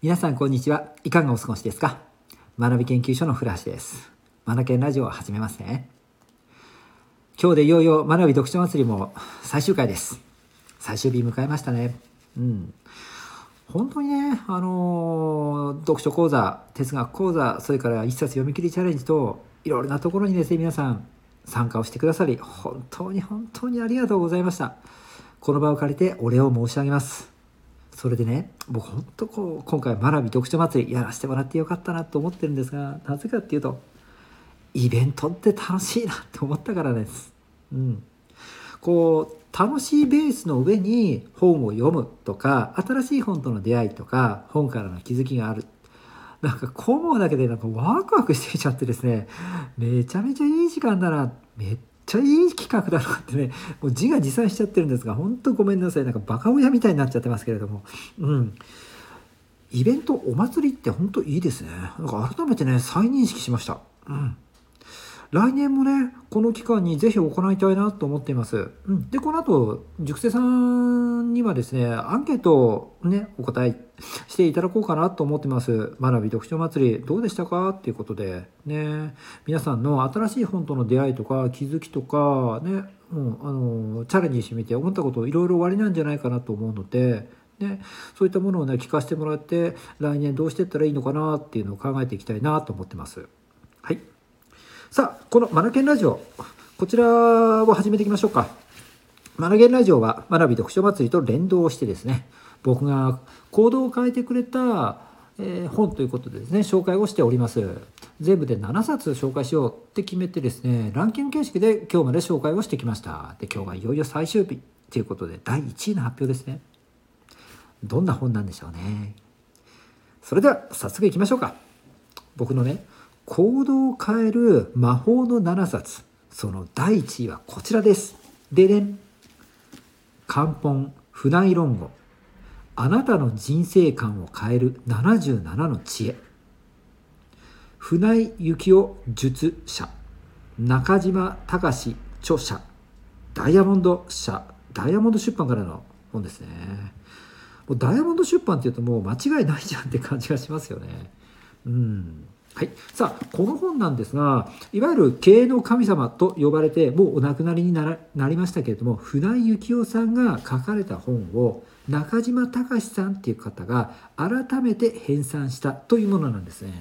皆さんこんにちは。いかがお過ごしですか？学び研究所の古橋です。学研ラジオを始めますね。今日でいよいよ学び読書祭りも最終回です。最終日迎えましたね。本当にね、読書講座、哲学講座、それから一冊読み切りチャレンジといろいろなところにですね、皆さん参加をしてくださり、本当にありがとうございました。この場を借りてお礼を申し上げます。それでね、僕本当今回学び読書祭りやらせてもらってよかったなと思ってるんですが、なぜかっていうとイベントって楽しいなって思ったからです。楽しいベースの上に本を読むとか、新しい本との出会いとか、本からの気づきがある、なんかこう思うだけでなんかワクワクしてきちゃってですね、めちゃめちゃいい時間だな、めっちゃいい企画だなってね、もう自画自賛しちゃってるんですが、本当ごめんなさい。なんかバカ親みたいになっちゃってますけれども、イベント、お祭りって本当いいですね。なんか改めてね、再認識しました。来年もね、この期間にぜひ行いたいなと思っています。で、この後、塾生さんにはですね、アンケートをね、お答えしていただこうかなと思ってます。学び読書祭り、どうでしたかっていうことで、ね、皆さんの新しい本との出会いとか、気づきとか、ね、チャレンジしてみて思ったこといろいろ終わりなんじゃないかなと思うので、そういったものをね、聞かせてもらって、来年どうしていったらいいのかなっていうのを考えていきたいなと思ってます。はい。さあ、このマナケンラジオ、こちらを始めていきましょうか。マナケンラジオは学び読書祭りと連動してですね、僕が行動を変えてくれた、本ということでですね、紹介をしております。全部で7冊紹介しようって決めてですね、ランキング形式で今日まで紹介をしてきました。で、今日がいよいよ最終日ということで、第1位の発表ですね。どんな本なんでしょうね。それでは早速いきましょうか。僕のね、行動を変える魔法の7冊、その第1位はこちらです。ででん。漢本船井論語、あなたの人生観を変える77の知恵。船井幸雄術者、中島隆著者、ダイヤモンド出版からの本ですね。もうダイヤモンド出版っていうともう間違いないじゃんって感じがしますよね。はい、さあこの本なんですが、いわゆる経営の神様と呼ばれてもうお亡くなりになりましたけれども、船井幸雄さんが書かれた本を中島隆さんっていう方が改めて編纂したというものなんですね。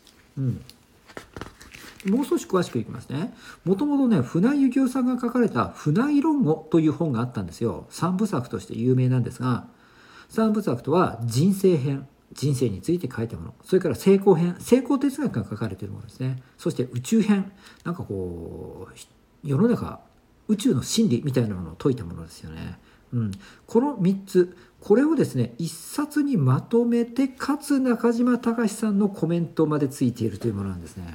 もう少し詳しくいきますね。もともとね、船井幸雄さんが書かれた船井論語という本があったんですよ。三部作として有名なんですが、三部作とは人生編、人生について書いたもの、それから成功編、成功哲学が書かれているものですね。そして宇宙編、なんかこう世の中宇宙の真理みたいなものを説いたものですよね。この3つ、これをですね一冊にまとめて、かつ中島隆さんのコメントまでついているというものなんですね。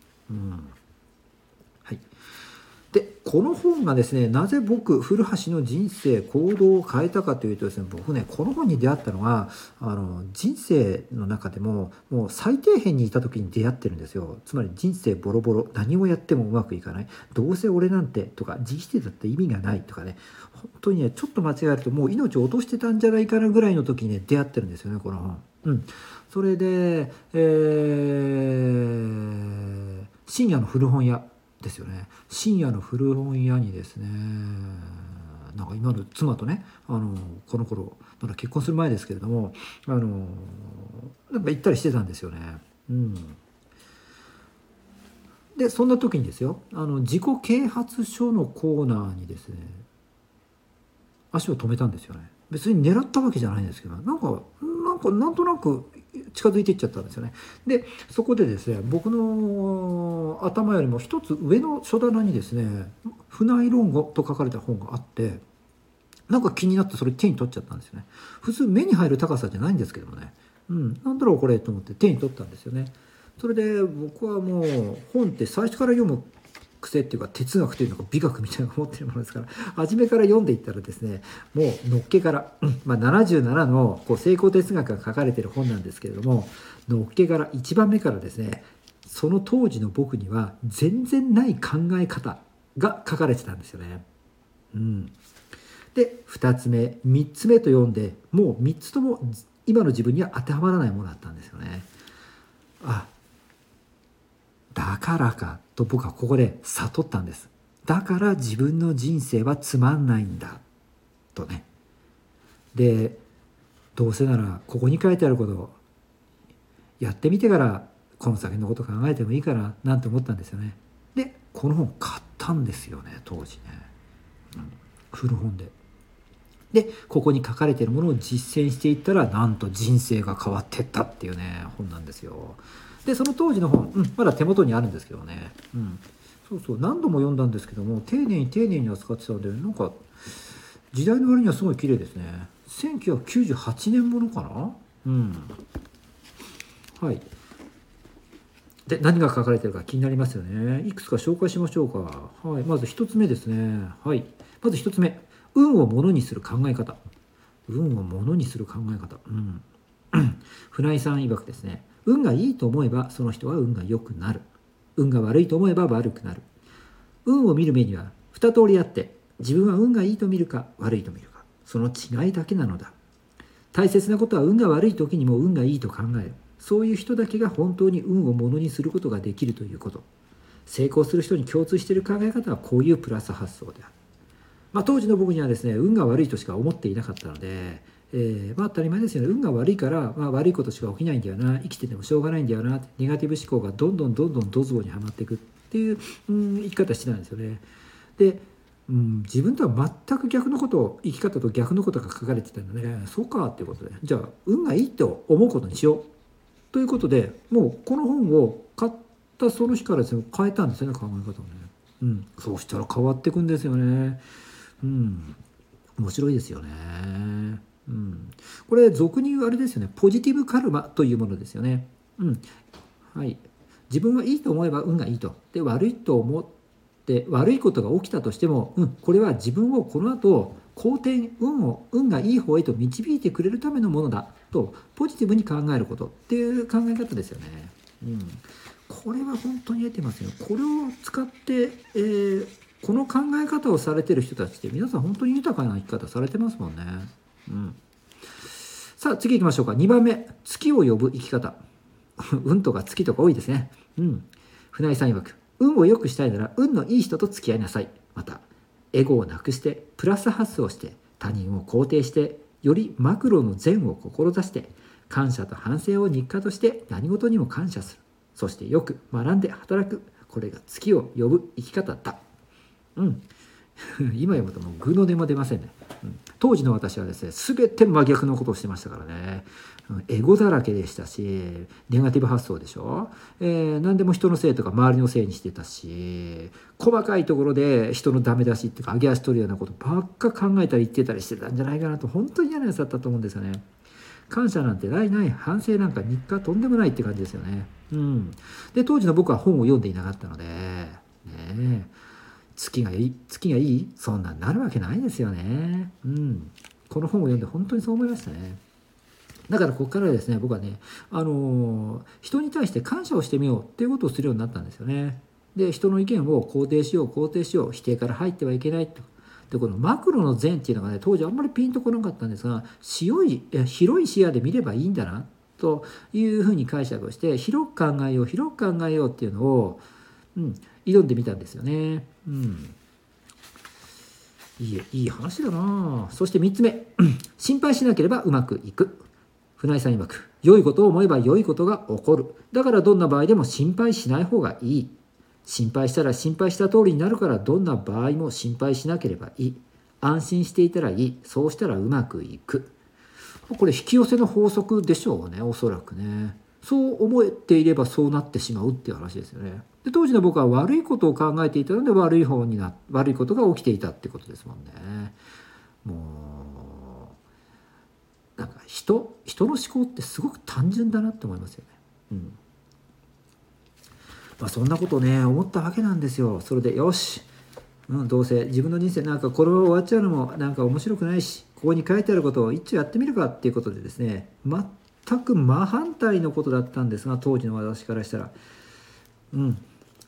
はい。でこの本がですね、なぜ僕古橋の人生行動を変えたかというとですね、僕ねこの本に出会ったのが人生の中でももう最底辺にいた時に出会ってるんですよ。つまり人生ボロボロ、何をやってもうまくいかない、どうせ俺なんてとか、自費だって意味がないとかね、本当にねちょっと間違えるともう命を落としてたんじゃないかなぐらいの時にね出会ってるんですよね、この本。それで、深夜の古本屋ですよね。深夜の古本屋にですね、なんか今の妻とね、この頃まだ結婚する前ですけれども、なんか行ったりしてたんですよね。でそんな時にですよ、自己啓発書のコーナーにですね足を止めたんですよね。別に狙ったわけじゃないんですけど、なんとなく近づいていっちゃったんですよね。でそこでですね、僕の頭よりも一つ上の書棚にですね「船井論語」と書かれた本があって、なんか気になってそれ手に取っちゃったんですよね。普通目に入る高さじゃないんですけどもね、なんだろうこれと思って手に取ったんですよね。それで僕はもう本って最初から読む癖っていうか、哲学というのか美学みたいなのを持っているものですから、初めから読んでいったらですね、もうのっけから、77の成功哲学が書かれている本なんですけれども、のっけから1番目からですね、その当時の僕には全然ない考え方が書かれてたんですよね。で2つ目3つ目と読んで、もう3つとも今の自分には当てはまらないものだったんですよね。だからかと僕はここで悟ったんです。だから自分の人生はつまんないんだとね。で、どうせならここに書いてあることをやってみてからこの先のこと考えてもいいかななんて思ったんですよね。でこの本買ったんですよね、当時ね、古本で。でここに書かれているものを実践していったらなんと人生が変わっていったっていうね本なんですよ。でその当時の本、まだ手元にあるんですけどね、そう何度も読んだんですけども丁寧に扱ってたのでなんか時代の割にはすごい綺麗ですね。1998年ものかな。はい。で何が書かれてるか気になりますよね。いくつか紹介しましょうか。はい、まず一つ目ですね。はい、まず一つ目、運をものにする考え方。運をものにする考え方。船井さん曰くですね、運がいいと思えばその人は運が良くなる。運が悪いと思えば悪くなる。運を見る目には二通りあって、自分は運がいいと見るか悪いと見るか、その違いだけなのだ。大切なことは運が悪い時にも運がいいと考える。そういう人だけが本当に運をものにすることができるということ。成功する人に共通している考え方はこういうプラス発想である。当時の僕にはですね、運が悪いとしか思っていなかったので、当たり前ですよね。運が悪いから、悪いことしか起きないんだよな、生きててもしょうがないんだよな、ネガティブ思考がどんどんドツボにはまっていくっていう、生き方してたんですよね。で、自分とは全く逆のことを、生き方と逆のことが書かれてたので、そうかっていうことで、じゃあ運がいいと思うことにしようということで、もうこの本を買ったその日からですね、変えたんですよね、考え方をね。そうしたら変わっていくんですよね。面白いですよね。これ俗に言うあれですよね、ポジティブカルマというものですよね。はい。自分はいいと思えば運がいいと。で、悪いと思って悪いことが起きたとしても、これは自分をこの後好転、運がいい方へと導いてくれるためのものだとポジティブに考えることっていう考え方ですよね。これは本当に得てますよ。これを使って、この考え方をされてる人たちって皆さん本当に豊かな生き方されてますもんね。さあ次行きましょうか。2番目、月を呼ぶ生き方。運とか月とか多いですね。船井さん曰く、運を良くしたいなら運のいい人と付き合いなさい。またエゴをなくしてプラス発想して他人を肯定してよりマクロの善を志して感謝と反省を日課として何事にも感謝する。そしてよく学んで働く。これが月を呼ぶ生き方だ。今読むともうグーの音も出ませんね。当時の私はですね、全て真逆のことをしてましたからね。エゴだらけでしたし、ネガティブ発想でしょ。何でも人のせいとか周りのせいにしてたし、細かいところで人のダメ出しっていうか上げ足取るようなことばっか考えたり言ってたりしてたんじゃないかなと、本当に嫌なやつだったと思うんですよね。感謝なんてない、反省なんか日課とんでもないって感じですよね。で当時の僕は本を読んでいなかったので月がいいそんなんなるわけないですよね。この本を読んで本当にそう思いましたね。だからここからですね、僕はね、人に対して感謝をしてみようっていうことをするようになったんですよね。で人の意見を肯定しよう、否定から入ってはいけないと。でこのマクロの善っていうのがね、当時あんまりピンとこなかったんですが、広い視野で見ればいいんだなというふうに解釈をして、広く考えようっていうのを、挑んでみたんですよね。いい話だな。そして3つ目、心配しなければうまくいく。船井さん曰く、良いことを思えば良いことが起こる。だからどんな場合でも心配しない方がいい。心配したら心配した通りになるから、どんな場合も心配しなければいい。安心していたらいい。そうしたらうまくいく。これ引き寄せの法則でしょうね、おそらくね。そう思えていればそうなってしまうっていう話ですよね。で当時の僕は悪いことを考えていたので悪いことが起きていたってことですもんね。もうなんか人の思考ってすごく単純だなって思いますよね。そんなことをね思ったわけなんですよ。それでよし、どうせ自分の人生なんかこれ終わっちゃうのもなんか面白くないし、ここに書いてあることを一応やってみるかっていうことでですね、全く真反対のことだったんですが、当時の私からしたら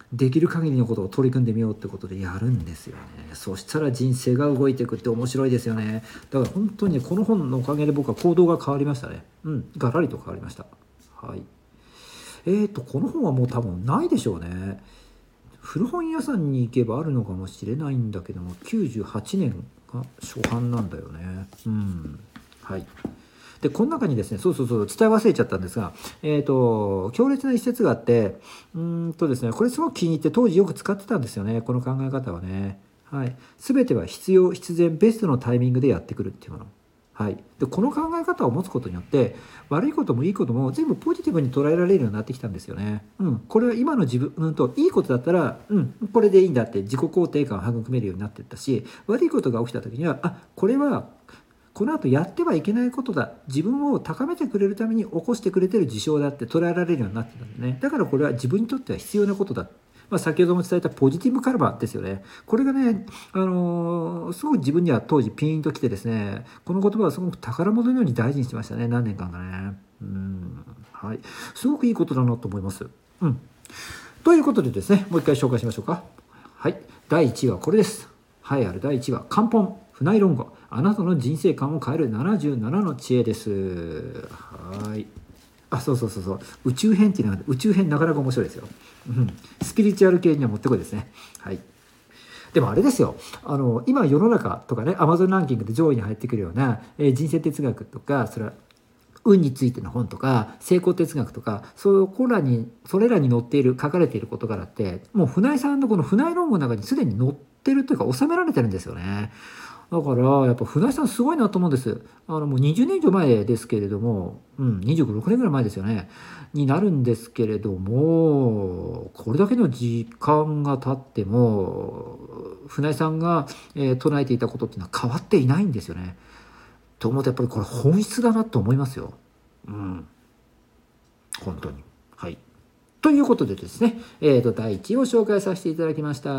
できる限りのことを取り組んでみようってことでやるんですよね。そしたら人生が動いていくって面白いですよね。だから本当にね、この本のおかげで僕は行動が変わりましたね。ガラリと変わりました。はい。この本はもう多分ないでしょうね。古本屋さんに行けばあるのかもしれないんだけども、98年が初版なんだよね。はい。で、この中にですね、そう、伝え忘れちゃったんですが、強烈な一節があって、ですね、これすごく気に入って当時よく使ってたんですよね、この考え方はね。はい。すべては必要、必然、ベストのタイミングでやってくるっていうもの。はい。で、この考え方を持つことによって、悪いこともいいことも全部ポジティブに捉えられるようになってきたんですよね。これは今の自分といいことだったら、これでいいんだって自己肯定感を育めるようになっていったし、悪いことが起きた時には、これはこの後やってはいけないことだ、自分を高めてくれるために起こしてくれてる事象だって捉えられるようになってたんでね。だからこれは自分にとっては必要なことだ。先ほども伝えたポジティブカルマですよね。これがね、すごく自分には当時ピンときてですね、この言葉はすごく宝物のように大事にしてましたね、何年間かね。はい。すごくいいことだなと思います。ということでですね、もう一回紹介しましょうか。はい。第1位はこれです。はい、第1位は漢本、船井論語。あなたの人生観を変える77の知恵です。はい。そう。宇宙編っていうのは、宇宙編なかなか面白いですよ。スピリチュアル系にはもってこいですね。はい。でもあれですよ。今世の中とかね、Amazon ランキングで上位に入ってくるような、人生哲学とか、それは運についての本とか、成功哲学とか、それらに載っている、書かれている事柄って、もう船井さんのこの船井論語の中にすでに載ってるというか、収められてるんですよね。だからやっぱ船井さんすごいなと思うんです。もう20年以上前ですけれども、25、6年ぐらい前ですよね。になるんですけれども、これだけの時間が経っても、船井さんが、唱えていたことっていうのは変わっていないんですよね。と思うとやっぱりこれ本質だなと思いますよ。本当に。はい。ということでですね、第1位を紹介させていただきました。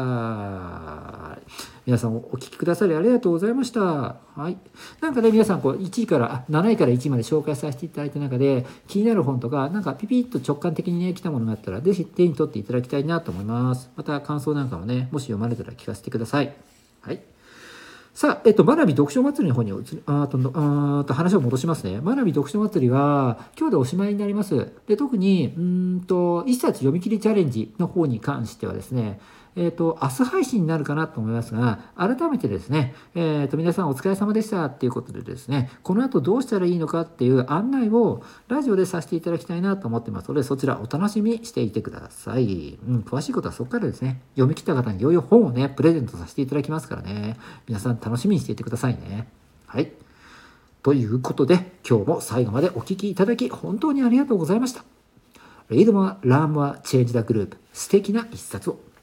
皆さんお聞きくださりありがとうございました。はい。なんかね、皆さん1位から7位から1位まで紹介させていただいた中で、気になる本とか、なんかピピッと直感的にね、来たものがあったら、ぜひ手に取っていただきたいなと思います。また感想なんかもね、もし読まれたら聞かせてください。はい。さあ、学び読書祭りの方に話を戻しますね。学び読書祭りは、今日でおしまいになります。で、特に、一冊読み切りチャレンジの方に関してはですね、明日配信になるかなと思いますが、改めてですね、皆さんお疲れ様でしたっていうことでですね、この後どうしたらいいのかっていう案内をラジオでさせていただきたいなと思ってますので、そちらお楽しみにしていてください。詳しいことはそこからですね、読み切った方にいよいよ本をね、プレゼントさせていただきますからね、皆さん楽しみにしていてくださいね。はい。ということで、今日も最後までお聞きいただき、本当にありがとうございました。Read more, learn more, change the group。素敵な一冊を。